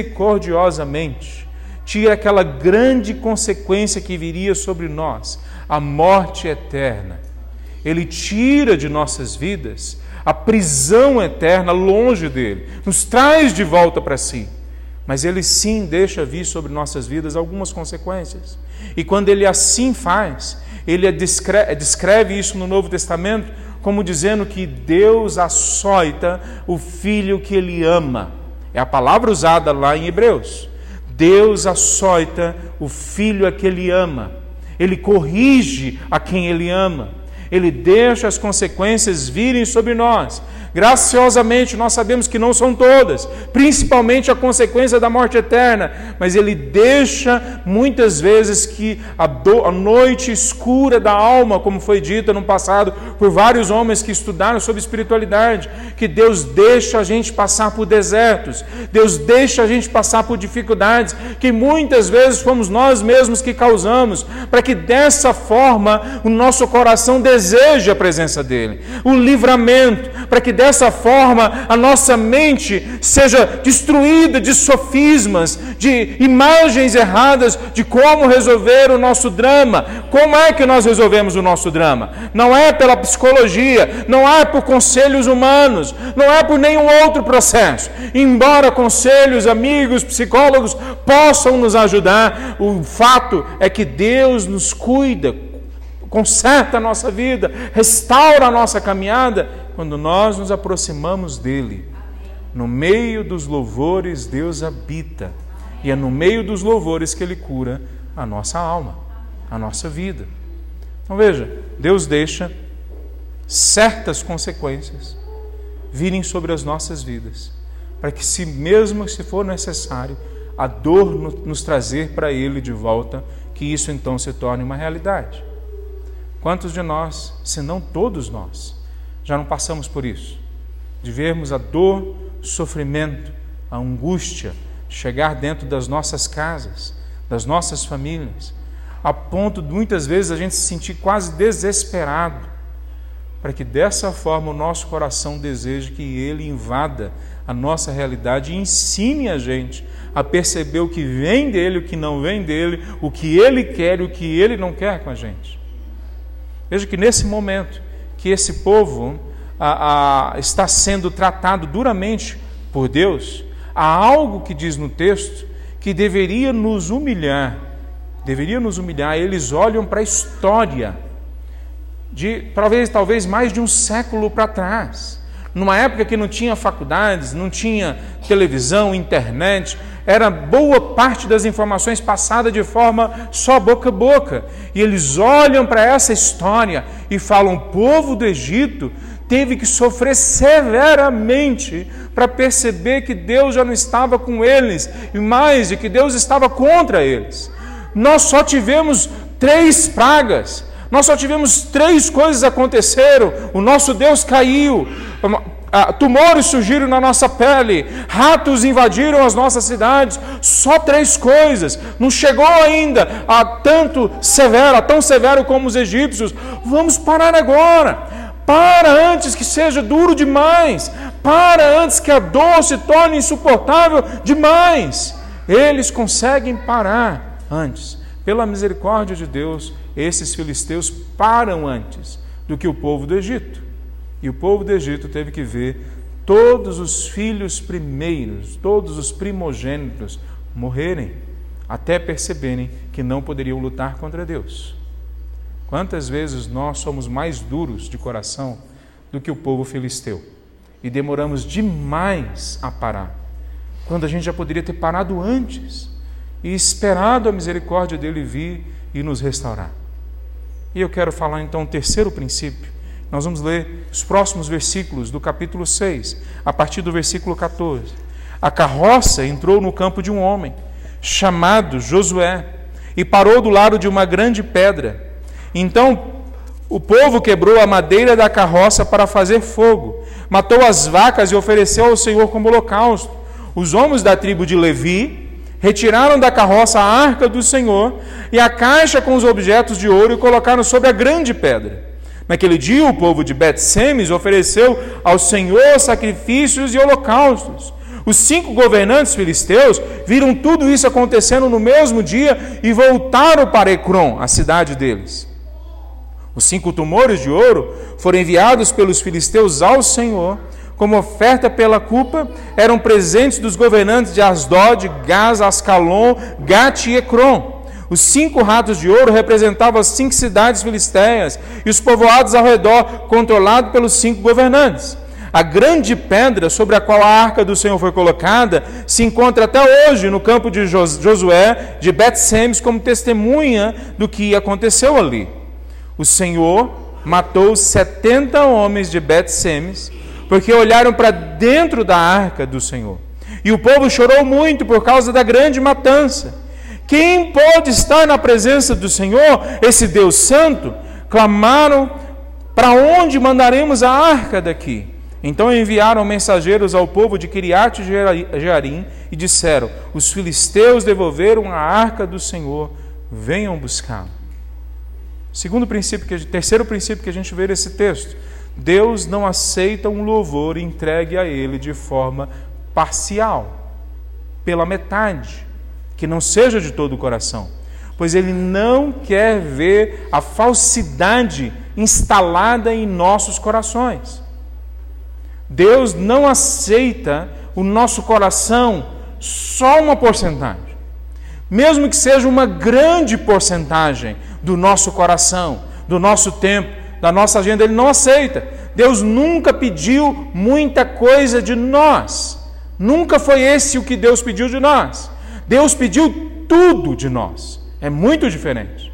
misericordiosamente tira aquela grande consequência que viria sobre nós, a morte eterna. Ele tira de nossas vidas a prisão eterna longe dele, nos traz de volta para si. Mas Ele sim deixa vir sobre nossas vidas algumas consequências. E quando Ele assim faz, Ele descreve isso no Novo Testamento como dizendo que Deus açoita o filho que Ele ama. É a palavra usada lá em Hebreus. Deus açoita o filho a que Ele ama. Ele corrige a quem Ele ama. Ele deixa as consequências virem sobre nós. Graciosamente, nós sabemos que não são todas, principalmente a consequência da morte eterna, mas Ele deixa muitas vezes que a noite escura da alma, como foi dita no passado por vários homens que estudaram sobre espiritualidade, que Deus deixa a gente passar por desertos, Deus deixa a gente passar por dificuldades, que muitas vezes fomos nós mesmos que causamos, para que dessa forma o nosso coração deseje a presença dEle, o livramento, para que dessa forma a nossa mente seja destruída de sofismas, de imagens erradas de como resolver o nosso drama. Como é que nós resolvemos o nosso drama? Não é pela psicologia, não é por conselhos humanos, não é por nenhum outro processo. Embora conselhos, amigos, psicólogos possam nos ajudar, o fato é que Deus nos cuida, conserta a nossa vida, restaura a nossa caminhada quando nós nos aproximamos dele, no meio dos louvores Deus habita. E é no meio dos louvores que ele cura a nossa alma, a nossa vida. Então veja, Deus deixa certas consequências virem sobre as nossas vidas, para que, mesmo se for necessário, a dor nos trazer para ele de volta, que isso então se torne uma realidade. Quantos de nós, se não todos nós, já não passamos por isso? De vermos a dor, o sofrimento, a angústia chegar dentro das nossas casas, das nossas famílias, a ponto de muitas vezes a gente se sentir quase desesperado, para que dessa forma o nosso coração deseje que ele invada a nossa realidade e ensine a gente a perceber o que vem dele, o que não vem dele, o que ele quer e o que ele não quer com a gente. Veja que nesse momento que esse povo está sendo tratado duramente por Deus, há algo que diz no texto que deveria nos humilhar. Eles olham para a história de talvez mais de um século para trás, numa época que não tinha faculdades, não tinha televisão, internet, era boa parte das informações passada de forma só boca a boca, e eles olham para essa história e falam: o povo do Egito teve que sofrer severamente para perceber que Deus já não estava com eles, e mais, de que Deus estava contra eles. Nós só tivemos 3 pragas, nós só tivemos 3 coisas aconteceram: o nosso Deus caiu, tumores surgiram na nossa pele, ratos invadiram as nossas cidades. Só 3 coisas, não chegou ainda a tão severo como os egípcios. Vamos parar agora. Para antes que seja duro demais, para antes que a dor se torne insuportável demais. Eles conseguem parar antes. Pela misericórdia de Deus, esses filisteus param antes do que o povo do Egito. E o povo do Egito teve que ver todos os filhos primeiros, todos os primogênitos morrerem, até perceberem que não poderiam lutar contra Deus. Quantas vezes nós somos mais duros de coração do que o povo filisteu e demoramos demais a parar, quando a gente já poderia ter parado antes e esperado a misericórdia dele vir e nos restaurar. E eu quero falar então o terceiro princípio. Nós vamos ler os próximos versículos do capítulo 6, a partir do versículo 14. A carroça entrou no campo de um homem chamado Josué e parou do lado de uma grande pedra. Então o povo quebrou a madeira da carroça para fazer fogo, matou as vacas e ofereceu ao Senhor como holocausto. Os homens da tribo de Levi retiraram da carroça a arca do Senhor e a caixa com os objetos de ouro e colocaram sobre a grande pedra. Naquele dia o povo de Bet-Semes ofereceu ao Senhor sacrifícios e holocaustos. Os 5 governantes filisteus viram tudo isso acontecendo no mesmo dia e voltaram para Ecrom, a cidade deles. Os 5 tumores de ouro foram enviados pelos filisteus ao Senhor como oferta pela culpa, eram presentes dos governantes de Asdod, Gaza, Ascalon, Gat e Ecrom. Os 5 ratos de ouro representavam as 5 cidades filisteias e os povoados ao redor, controlados pelos 5 governantes. A grande pedra sobre a qual a arca do Senhor foi colocada se encontra até hoje no campo de Josué de Bet-Semes como testemunha do que aconteceu ali. O Senhor matou 70 homens de Bet-Semes porque olharam para dentro da arca do Senhor. E o povo chorou muito por causa da grande matança. Quem pode estar na presença do Senhor, esse Deus santo? Clamaram: para onde mandaremos a arca daqui? Então enviaram mensageiros ao povo de Kiriat Jearim e disseram: os filisteus devolveram a arca do Senhor, venham buscá-la. Terceiro princípio que a gente vê nesse texto: Deus não aceita um louvor entregue a Ele de forma parcial, pela metade, que não seja de todo o coração, pois Ele não quer ver a falsidade instalada em nossos corações. Deus não aceita o nosso coração só uma porcentagem, mesmo que seja uma grande porcentagem do nosso coração, do nosso tempo, da nossa agenda. Ele não aceita. Deus nunca pediu muita coisa de nós. Nunca foi esse o que Deus pediu de nós. Deus pediu tudo de nós. É muito diferente.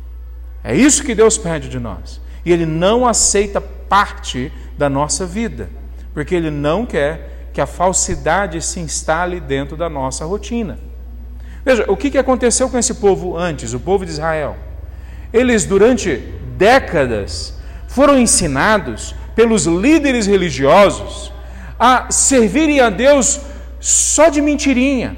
É isso que Deus pede de nós. E Ele não aceita parte da nossa vida, porque Ele não quer que a falsidade se instale dentro da nossa rotina. Veja, o que aconteceu com esse povo antes, o povo de Israel? Eles, durante décadas, foram ensinados pelos líderes religiosos a servirem a Deus só de mentirinha,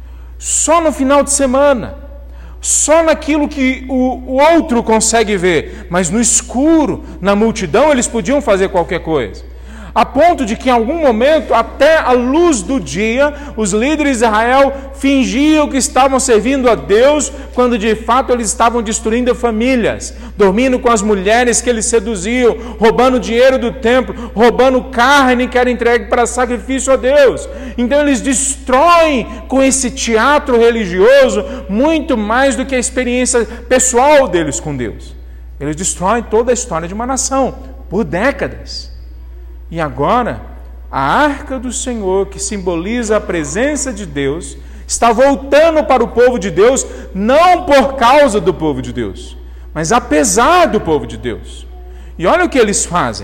só no final de semana, só naquilo que o outro consegue ver, mas no escuro, na multidão, eles podiam fazer qualquer coisa. A ponto de que em algum momento, até a luz do dia, os líderes de Israel fingiam que estavam servindo a Deus, quando de fato eles estavam destruindo famílias, dormindo com as mulheres que eles seduziam, roubando dinheiro do templo, roubando carne que era entregue para sacrifício a Deus. Então eles destroem com esse teatro religioso muito mais do que a experiência pessoal deles com Deus. Eles destroem toda a história de uma nação por décadas. E agora, a arca do Senhor, que simboliza a presença de Deus, está voltando para o povo de Deus, não por causa do povo de Deus, mas apesar do povo de Deus. E olha o que eles fazem.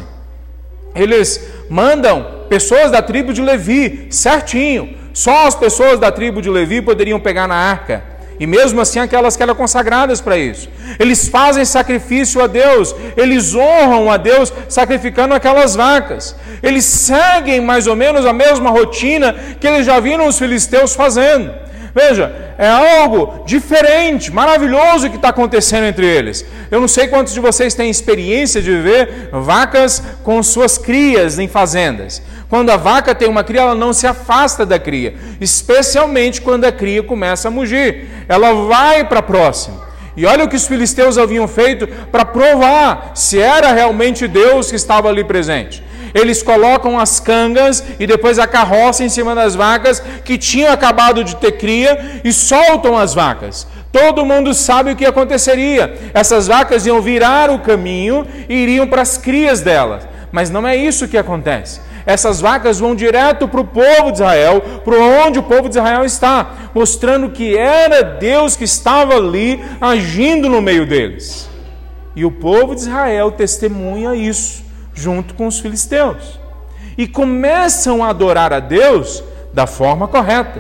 Eles mandam pessoas da tribo de Levi, certinho. Só as pessoas da tribo de Levi poderiam pegar na arca. E mesmo assim aquelas que eram consagradas para isso. Eles fazem sacrifício a Deus, eles honram a Deus sacrificando aquelas vacas. Eles seguem mais ou menos a mesma rotina que eles já viram os filisteus fazendo. Veja, é algo diferente, maravilhoso que está acontecendo entre eles. Eu não sei quantos de vocês têm experiência de ver vacas com suas crias em fazendas. Quando a vaca tem uma cria, ela não se afasta da cria, especialmente quando a cria começa a mugir. Ela vai para a próxima. E olha o que os filisteus haviam feito para provar se era realmente Deus que estava ali presente. Eles colocam as cangas e depois a carroça em cima das vacas que tinham acabado de ter cria e soltam as vacas. Todo mundo sabe o que aconteceria. Essas vacas iam virar o caminho e iriam para as crias delas. Mas não é isso que acontece. Essas vacas vão direto para o povo de Israel, para onde o povo de Israel está, mostrando que era Deus que estava ali agindo no meio deles. E o povo de Israel testemunha isso, junto com os filisteus. E começam a adorar a Deus da forma correta,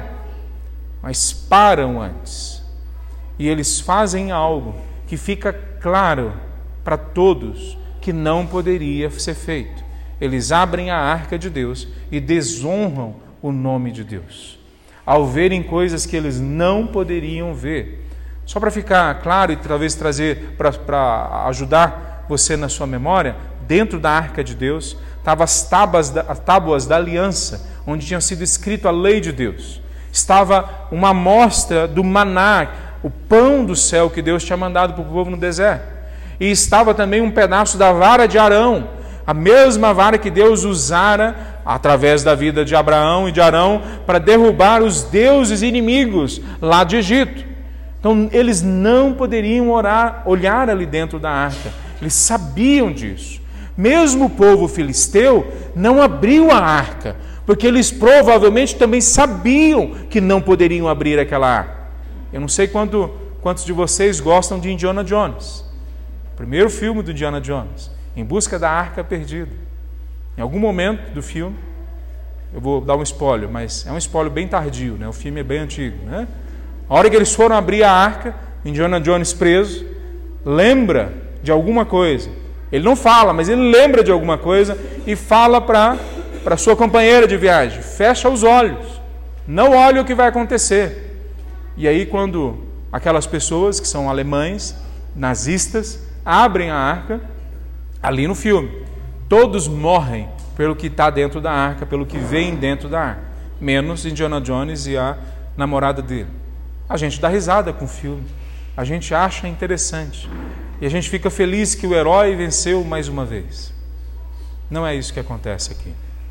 mas param antes. E eles fazem algo que fica claro para todos que não poderia ser feito. Eles abrem a arca de Deus e desonram o nome de Deus, ao verem coisas que eles não poderiam ver. Só para ficar claro e talvez trazer para ajudar você na sua memória, dentro da arca de Deus estavam as tábuas da aliança, onde tinha sido escrito a lei de Deus. Estava uma amostra do maná, o pão do céu que Deus tinha mandado para o povo no deserto. E estava também um pedaço da vara de Arão, a mesma vara que Deus usara através da vida de Abraão e de Arão para derrubar os deuses inimigos lá de Egito. Então eles não poderiam olhar ali dentro da arca. Eles sabiam disso. Mesmo o povo filisteu não abriu a arca, porque eles provavelmente também sabiam que não poderiam abrir aquela arca. Eu não sei quantos de vocês gostam de Indiana Jones. O primeiro filme do Indiana Jones. Em busca da arca perdida. Em algum momento do filme, eu vou dar um spoiler, mas é um spoiler bem tardio, né? O filme é bem antigo, né? A hora que eles foram abrir a arca, Indiana Jones preso, lembra de alguma coisa. Ele não fala, mas ele lembra de alguma coisa e fala para sua companheira de viagem: fecha os olhos, não olhe o que vai acontecer. E aí quando aquelas pessoas que são alemães, nazistas, abrem a arca, ali no filme, todos morrem pelo que está dentro da arca, pelo que vem dentro da arca, menos Indiana Jones e a namorada dele. A gente dá risada com o filme, a gente acha interessante, e a gente fica feliz que o herói venceu mais uma vez. Não é isso que acontece aqui.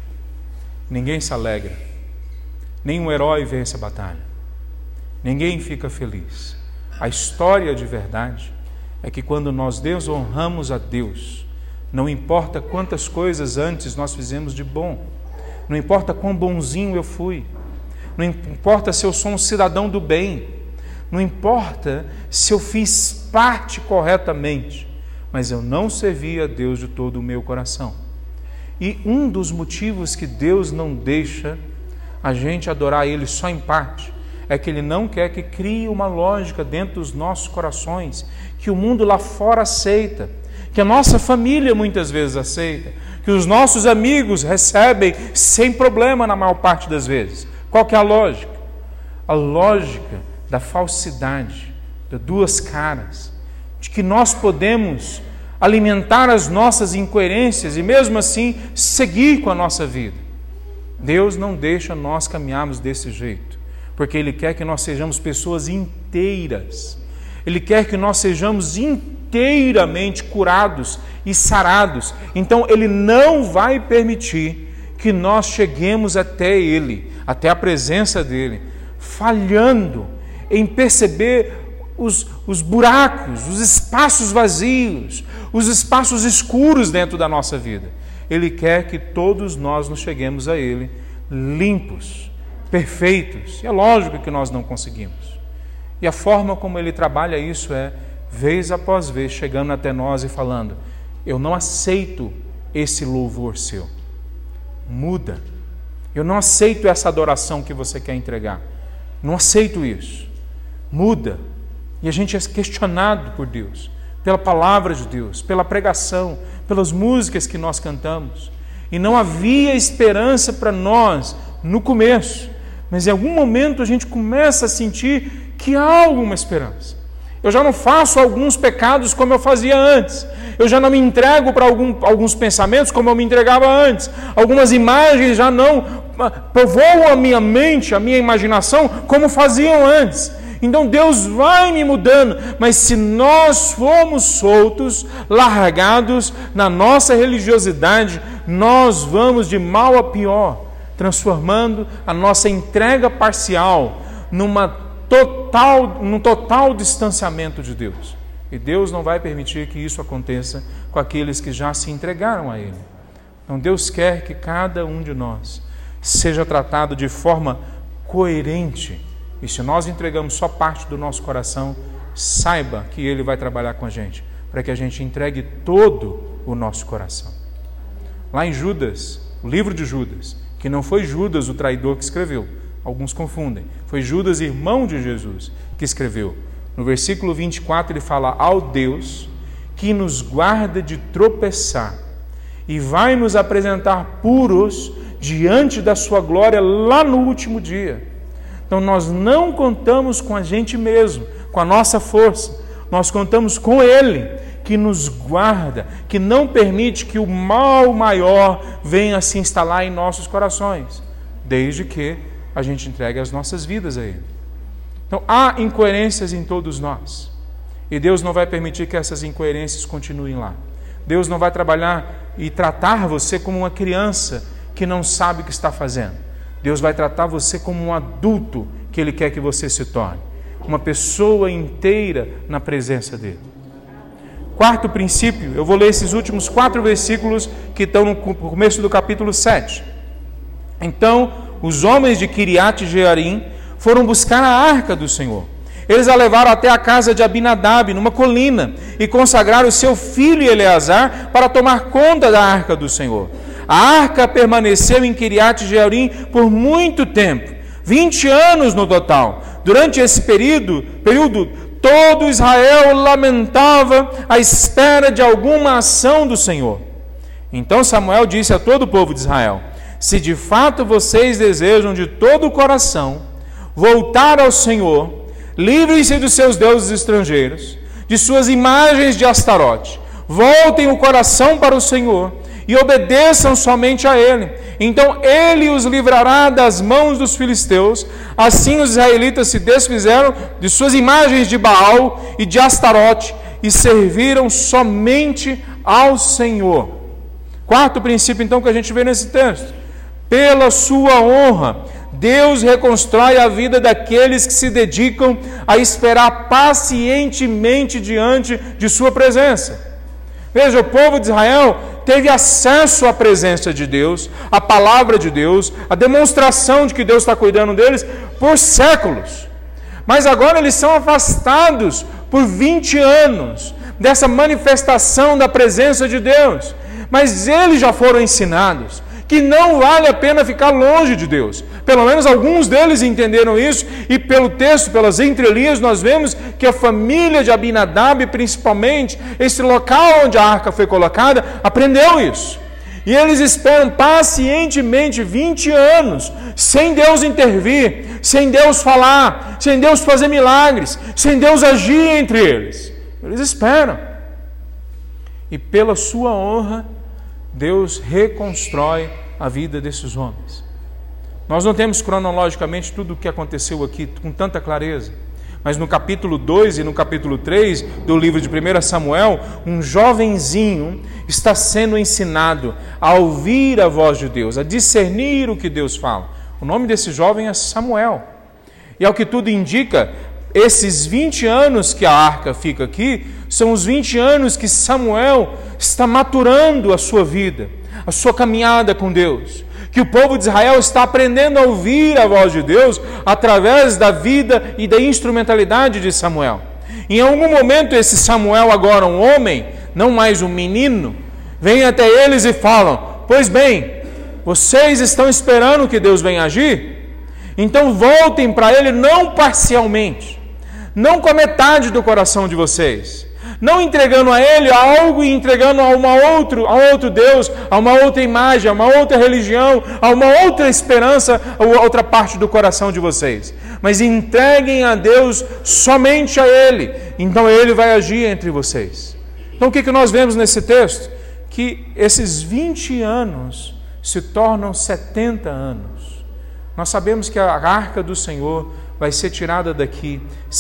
Ninguém se alegra, nenhum herói vence a batalha, ninguém fica feliz. A história de verdade é que quando nós desonramos a Deus, Não importa quantas coisas antes nós fizemos de bom, não importa quão bonzinho eu fui, não importa se eu sou um cidadão do bem, não importa se eu fiz parte corretamente, mas eu não servi a Deus de todo o meu coração. E um dos motivos que Deus não deixa a gente adorar Ele só em parte, é que Ele não quer que crie uma lógica dentro dos nossos corações, que o mundo lá fora aceita, que a nossa família muitas vezes aceita, que os nossos amigos recebem sem problema na maior parte das vezes. Qual que é a lógica? A lógica da falsidade, de duas caras, de que nós podemos alimentar as nossas incoerências e mesmo assim seguir com a nossa vida. Deus não deixa nós caminharmos desse jeito, porque Ele quer que nós sejamos pessoas inteiras. Ele quer que nós sejamos inteiramente curados e sarados. Então Ele não vai permitir que nós cheguemos até Ele, até a presença dEle, falhando em perceber os buracos, os espaços vazios, os espaços escuros dentro da nossa vida. Ele quer que todos nós nos cheguemos a Ele limpos, perfeitos. E é lógico que nós não conseguimos. E a forma como Ele trabalha isso é, vez após vez, chegando até nós e falando: eu não aceito esse louvor seu. Muda. Eu não aceito essa adoração que você quer entregar. Não aceito isso. Muda. E a gente é questionado por Deus, pela palavra de Deus, pela pregação, pelas músicas que nós cantamos. E não havia esperança para nós no começo, mas em algum momento a gente começa a sentir que há alguma esperança. Eu já não faço alguns pecados como eu fazia antes. Eu já não me entrego para alguns pensamentos como eu me entregava antes. Algumas imagens já não povoam a minha mente, a minha imaginação como faziam antes. Então Deus vai me mudando, mas se nós formos soltos, largados na nossa religiosidade, nós vamos de mal a pior, transformando a nossa entrega parcial num total distanciamento de Deus. E Deus não vai permitir que isso aconteça com aqueles que já se entregaram a Ele. Então Deus quer que cada um de nós seja tratado de forma coerente. E se nós entregamos só parte do nosso coração, saiba que Ele vai trabalhar com a gente, para que a gente entregue todo o nosso coração. Lá em Judas, o livro de Judas, que não foi Judas o traidor que escreveu, alguns confundem, foi Judas, irmão de Jesus, que escreveu. No versículo 24 ele fala: ao Deus que nos guarda de tropeçar e vai nos apresentar puros diante da sua glória lá no último dia. Então nós não contamos com a gente mesmo, com a nossa força, nós contamos com Ele, que nos guarda, que não permite que o mal maior venha se instalar em nossos corações, desde que a gente entregue as nossas vidas a Ele. Então há incoerências em todos nós, e Deus não vai permitir que essas incoerências continuem lá. Deus não vai trabalhar e tratar você como uma criança que não sabe o que está fazendo. Deus vai tratar você como um adulto que Ele quer que você se torne, uma pessoa inteira na presença dEle. Quarto princípio, eu vou ler esses últimos 4 versículos que estão no começo do capítulo 7. Então, os homens de Kiriat Jearim foram buscar a arca do Senhor. Eles a levaram até a casa de Abinadab, numa colina, e consagraram o seu filho Eleazar para tomar conta da arca do Senhor. A arca permaneceu em Kiriat Jearim por muito tempo, 20 anos no total. Durante esse período, todo Israel lamentava à espera de alguma ação do Senhor. Então Samuel disse a todo o povo de Israel: se de fato vocês desejam de todo o coração voltar ao Senhor, livrem-se dos seus deuses estrangeiros, de suas imagens de Astarote, voltem o coração para o Senhor e obedeçam somente a Ele. Então Ele os livrará das mãos dos filisteus. Assim os israelitas se desfizeram de suas imagens de Baal e de Astarote e serviram somente ao Senhor. Quarto princípio, então, que a gente vê nesse texto: pela sua honra, Deus reconstrói a vida daqueles que se dedicam a esperar pacientemente diante de sua presença. Veja, o povo de Israel teve acesso à presença de Deus, à palavra de Deus, à demonstração de que Deus está cuidando deles por séculos. Mas agora eles são afastados por 20 anos dessa manifestação da presença de Deus. Mas eles já foram ensinados que não vale a pena ficar longe de Deus. Pelo menos alguns deles entenderam isso, e pelo texto, pelas entrelinhas, nós vemos que a família de Abinadab, principalmente, esse local onde a arca foi colocada, aprendeu isso. E eles esperam pacientemente 20 anos, sem Deus intervir, sem Deus falar, sem Deus fazer milagres, sem Deus agir entre eles. Eles esperam. E pela sua honra, Deus reconstrói a vida desses homens. Nós não temos cronologicamente tudo o que aconteceu aqui com tanta clareza, mas no capítulo 2 e no capítulo 3 do livro de 1 Samuel, um jovenzinho está sendo ensinado a ouvir a voz de Deus, a discernir o que Deus fala. O nome desse jovem é Samuel. E ao que tudo indica, esses 20 anos que a arca fica aqui, são os 20 anos que Samuel está maturando a sua vida, a sua caminhada com Deus. Que o povo de Israel está aprendendo a ouvir a voz de Deus através da vida e da instrumentalidade de Samuel. Em algum momento esse Samuel, agora um homem, não mais um menino, vem até eles e falam: pois bem, vocês estão esperando que Deus venha agir? Então voltem para Ele não parcialmente, não com a metade do coração de vocês, não entregando a Ele algo e entregando a outro Deus, a uma outra imagem, a uma outra religião, a uma outra esperança, a outra parte do coração de vocês. Mas entreguem a Deus somente a Ele, então Ele vai agir entre vocês. Então o que nós vemos nesse texto? Que esses 20 anos se tornam 70 anos. Nós sabemos que a arca do Senhor vai ser tirada daqui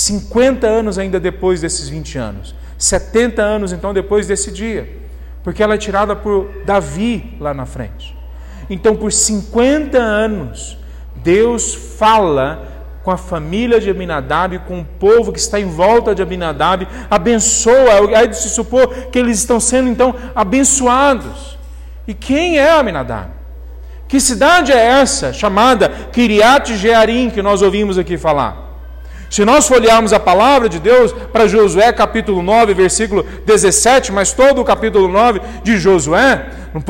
50 anos ainda depois desses 20 anos. 70 anos então depois desse dia, porque ela é tirada por Davi lá na frente. Então por 50 anos Deus fala com a família de Abinadab, com o povo que está em volta de Abinadab, abençoa, é de se supor que eles estão sendo então abençoados. E quem é Abinadab? Que cidade é essa chamada Kiriat Jearim que nós ouvimos aqui falar? Se nós folhearmos a palavra de Deus para Josué capítulo 9, versículo 17, mas todo o capítulo 9 de Josué,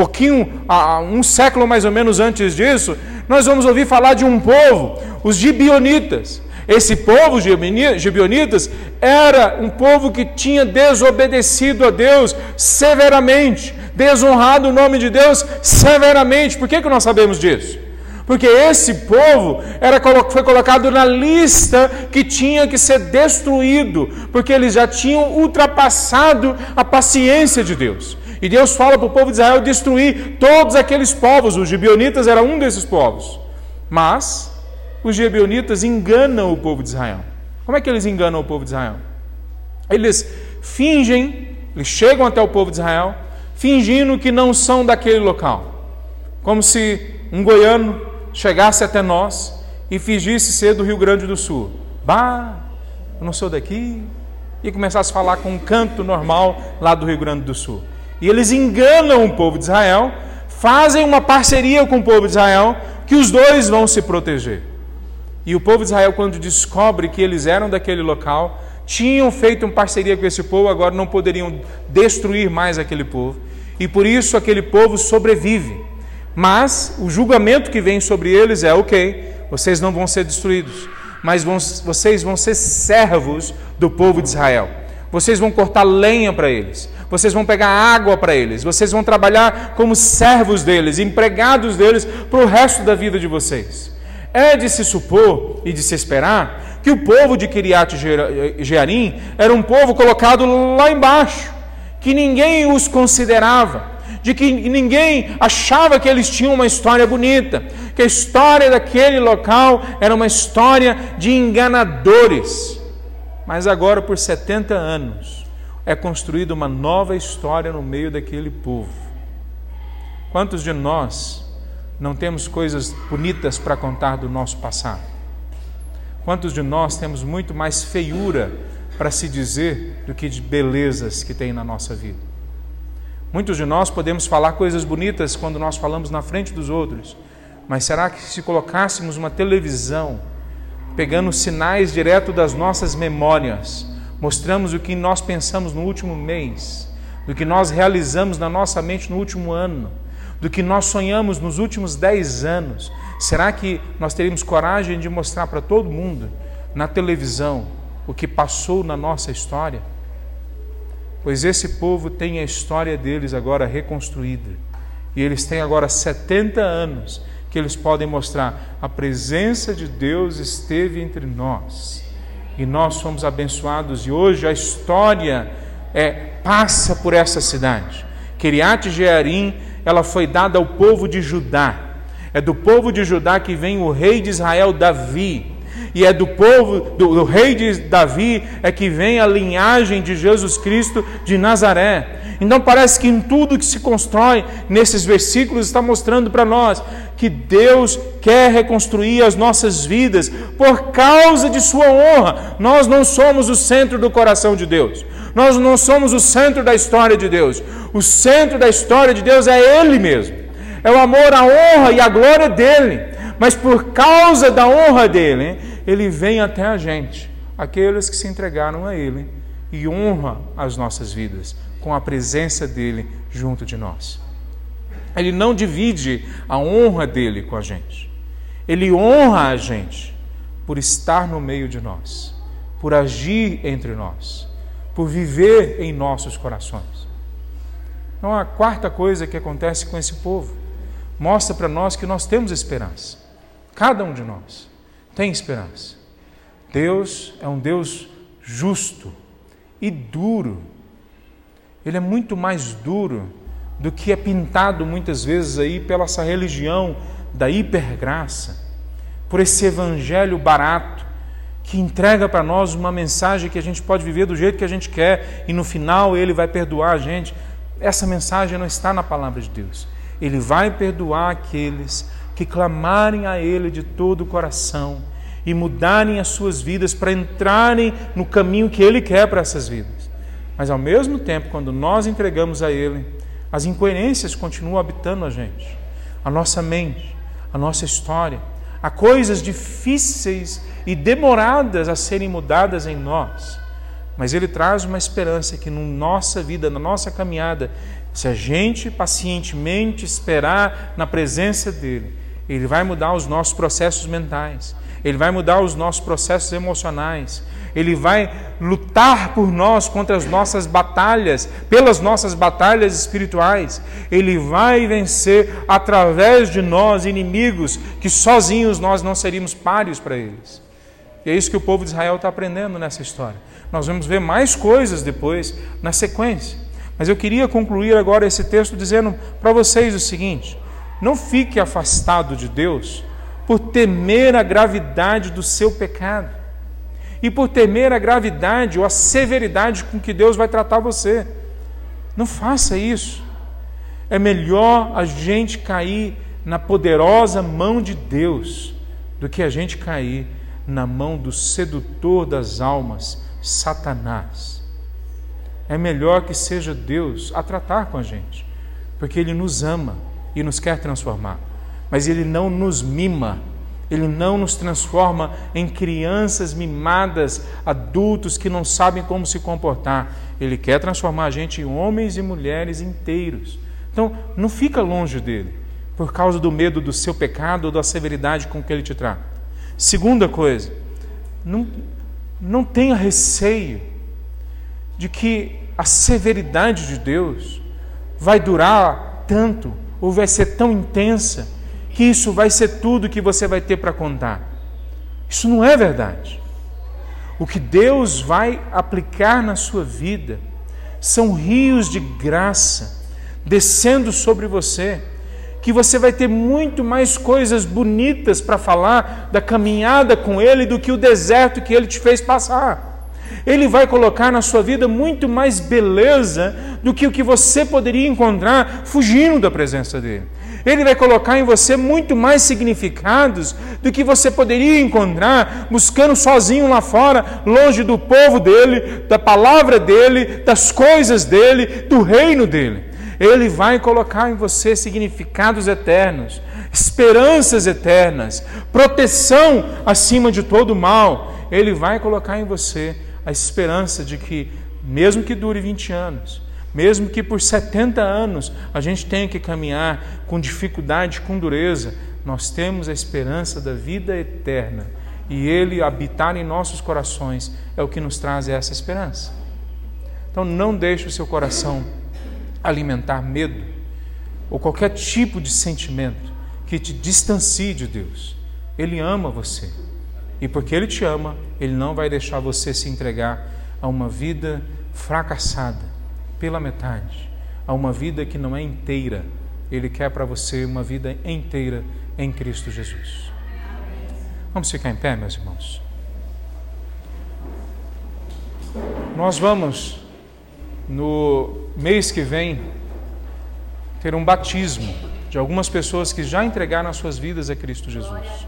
um século mais ou menos antes disso, nós vamos ouvir falar de um povo, os Gibeonitas. Esse povo, os Gibeonitas, era um povo que tinha desobedecido a Deus severamente, desonrado o nome de Deus severamente. Por que nós sabemos disso? Porque esse povo foi colocado na lista que tinha que ser destruído, porque eles já tinham ultrapassado a paciência de Deus. E Deus fala para o povo de Israel destruir todos aqueles povos. Os Gibeonitas eram um desses povos. Mas os Gibeonitas enganam o povo de Israel. Como é que eles enganam o povo de Israel? Eles chegam até o povo de Israel, fingindo que não são daquele local. Como se um goiano chegasse até nós e fingisse ser do Rio Grande do Sul. Eu não sou daqui. E começasse a falar com um canto normal lá do Rio Grande do Sul. E eles enganam o povo de Israel, fazem uma parceria com o povo de Israel, que os dois vão se proteger. E o povo de Israel, quando descobre que eles eram daquele local, tinham feito uma parceria com esse povo, agora não poderiam destruir mais aquele povo. E por isso aquele povo sobrevive. Mas o julgamento que vem sobre eles é: ok, vocês não vão ser destruídos, mas vocês vão ser servos do povo de Israel. Vocês vão cortar lenha para eles, vocês vão pegar água para eles, vocês vão trabalhar como servos deles, empregados deles para o resto da vida de vocês. É de se supor e de se esperar que o povo de Kiriat Jearim era um povo colocado lá embaixo, que ninguém os considerava, de que ninguém achava que eles tinham uma história bonita, que a história daquele local era uma história de enganadores. Mas agora, por 70 anos, é construída uma nova história no meio daquele povo. Quantos de nós não temos coisas bonitas para contar do nosso passado? Quantos de nós temos muito mais feiura para se dizer do que de belezas que tem na nossa vida? Muitos de nós podemos falar coisas bonitas quando nós falamos na frente dos outros, mas será que se colocássemos uma televisão, pegando sinais direto das nossas memórias, mostramos o que nós pensamos no último mês, do que nós realizamos na nossa mente no último ano, do que nós sonhamos nos últimos 10 anos, será que nós teríamos coragem de mostrar para todo mundo, na televisão, o que passou na nossa história? Pois esse povo tem a história deles agora reconstruída. E eles têm agora 70 anos que eles podem mostrar: a presença de Deus esteve entre nós. E nós somos abençoados. E hoje a história passa por essa cidade. Kiriat Jearim, ela foi dada ao povo de Judá. É do povo de Judá que vem o rei de Israel, Davi. E é do povo, do rei de Davi, é que vem a linhagem de Jesus Cristo de Nazaré. Então parece que em tudo que se constrói nesses versículos está mostrando para nós que Deus quer reconstruir as nossas vidas por causa de sua honra. Nós não somos o centro do coração de Deus. Nós não somos o centro da história de Deus. O centro da história de Deus é Ele mesmo. É o amor, a honra e a glória dEle. Mas por causa da honra dEle, Ele vem até a gente, aqueles que se entregaram a Ele, e honra as nossas vidas com a presença dEle junto de nós. Ele não divide a honra dEle com a gente. Ele honra a gente por estar no meio de nós, por agir entre nós, por viver em nossos corações. Então, a quarta coisa que acontece com esse povo mostra para nós que nós temos esperança. Cada um de nós tem esperança. Deus é um Deus justo e duro. Ele é muito mais duro do que é pintado muitas vezes aí pela essa religião da hipergraça, por esse evangelho barato que entrega para nós uma mensagem que a gente pode viver do jeito que a gente quer e no final Ele vai perdoar a gente. Essa mensagem não está na palavra de Deus. Ele vai perdoar aqueles que clamarem a Ele de todo o coração e mudarem as suas vidas para entrarem no caminho que Ele quer para essas vidas. Mas ao mesmo tempo, quando nós entregamos a Ele, as incoerências continuam habitando a gente, a nossa mente, a nossa história. Há coisas difíceis e demoradas a serem mudadas em nós, mas Ele traz uma esperança que na nossa vida, na nossa caminhada, se a gente pacientemente esperar na presença dEle, Ele vai mudar os nossos processos mentais, Ele vai mudar os nossos processos emocionais, Ele vai lutar por nós contra as nossas batalhas, pelas nossas batalhas espirituais. Ele vai vencer através de nós inimigos que sozinhos nós não seríamos páreos para eles. E é isso que o povo de Israel está aprendendo nessa história. Nós vamos ver mais coisas depois na sequência. Mas eu queria concluir agora esse texto dizendo para vocês o seguinte: não fique afastado de Deus por temer a gravidade do seu pecado e por temer a gravidade ou a severidade com que Deus vai tratar você. Não faça isso. É melhor a gente cair na poderosa mão de Deus do que a gente cair na mão do sedutor das almas, Satanás. É melhor que seja Deus a tratar com a gente, porque Ele nos ama e nos quer transformar, mas Ele não nos mima, Ele não nos transforma em crianças mimadas, adultos que não sabem como se comportar. Ele quer transformar a gente em homens e mulheres inteiros. Então, não fica longe dEle, por causa do medo do seu pecado ou da severidade com que Ele te trata. Segunda coisa, não tenha receio de que a severidade de Deus vai durar tanto, ou vai ser tão intensa, que isso vai ser tudo que você vai ter para contar. Isso não é verdade. O que Deus vai aplicar na sua vida são rios de graça descendo sobre você, que você vai ter muito mais coisas bonitas para falar da caminhada com Ele do que o deserto que Ele te fez passar. Ele vai colocar na sua vida muito mais beleza do que o que você poderia encontrar fugindo da presença dEle. Ele vai colocar em você muito mais significados do que você poderia encontrar buscando sozinho lá fora, longe do povo dEle, da palavra dEle, das coisas dEle, do reino dEle. Ele vai colocar em você significados eternos, esperanças eternas, proteção acima de todo mal. Ele vai colocar em você a esperança de que, mesmo que dure 20 anos, mesmo que por 70 anos a gente tenha que caminhar com dificuldade, com dureza, nós temos a esperança da vida eterna. E Ele habitar em nossos corações é o que nos traz essa esperança. Então não deixe o seu coração alimentar medo ou qualquer tipo de sentimento que te distancie de Deus. Ele ama você. E porque Ele te ama, Ele não vai deixar você se entregar a uma vida fracassada pela metade, a uma vida que não é inteira. Ele quer para você uma vida inteira em Cristo Jesus. Vamos ficar em pé, meus irmãos. Nós vamos, no mês que vem, ter um batismo de algumas pessoas que já entregaram as suas vidas a Cristo Jesus.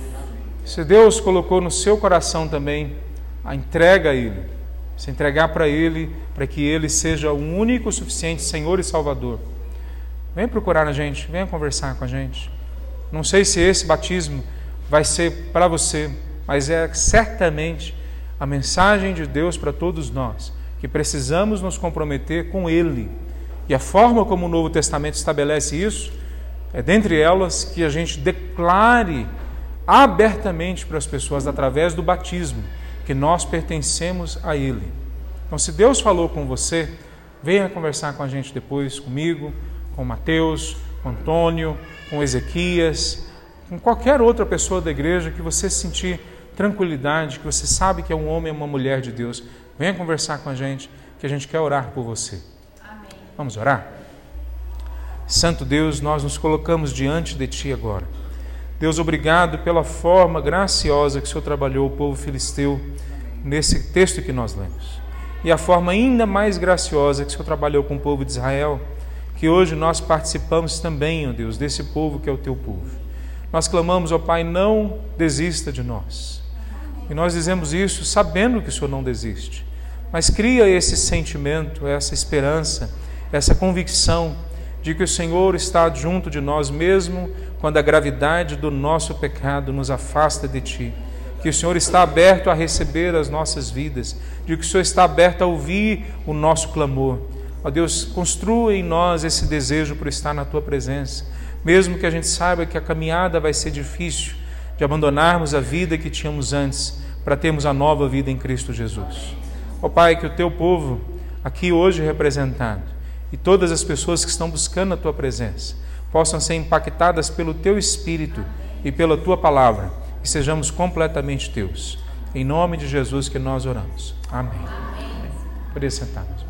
Se Deus colocou no seu coração também a entrega a Ele, se entregar para Ele, para que Ele seja o único, suficiente Senhor e Salvador, vem procurar a gente, venha conversar com a gente. Não sei se esse batismo vai ser para você, mas é certamente a mensagem de Deus para todos nós, que precisamos nos comprometer com Ele. E a forma como o Novo Testamento estabelece isso, é dentre elas que a gente declare abertamente para as pessoas, através do batismo, que nós pertencemos a Ele. Então, se Deus falou com você, venha conversar com a gente depois, comigo, com Mateus, com Antônio, com Ezequias, com qualquer outra pessoa da igreja que você sentir tranquilidade, que você sabe que é um homem ou uma mulher de Deus. Venha conversar com a gente, que a gente quer orar por você. Amém. Vamos orar? Santo Deus, nós nos colocamos diante de Ti agora. Deus, obrigado pela forma graciosa que o Senhor trabalhou o povo filisteu nesse texto que nós lemos. E a forma ainda mais graciosa que o Senhor trabalhou com o povo de Israel, que hoje nós participamos também, ó Deus, desse povo que é o Teu povo. Nós clamamos, ó Pai, não desista de nós. E nós dizemos isso sabendo que o Senhor não desiste. Mas cria esse sentimento, essa esperança, essa convicção de que o Senhor está junto de nós, mesmo quando a gravidade do nosso pecado nos afasta de Ti. Que o Senhor está aberto a receber as nossas vidas, de que o Senhor está aberto a ouvir o nosso clamor. Ó Deus, construa em nós esse desejo por estar na Tua presença. Mesmo que a gente saiba que a caminhada vai ser difícil, de abandonarmos a vida que tínhamos antes, para termos a nova vida em Cristo Jesus. Ó Pai, que o Teu povo, aqui hoje representado, e todas as pessoas que estão buscando a Tua presença, possam ser impactadas pelo Teu Espírito e pela Tua palavra, e sejamos completamente Teus. Em nome de Jesus que nós oramos. Amém. Poderia sentar, meus irmãos.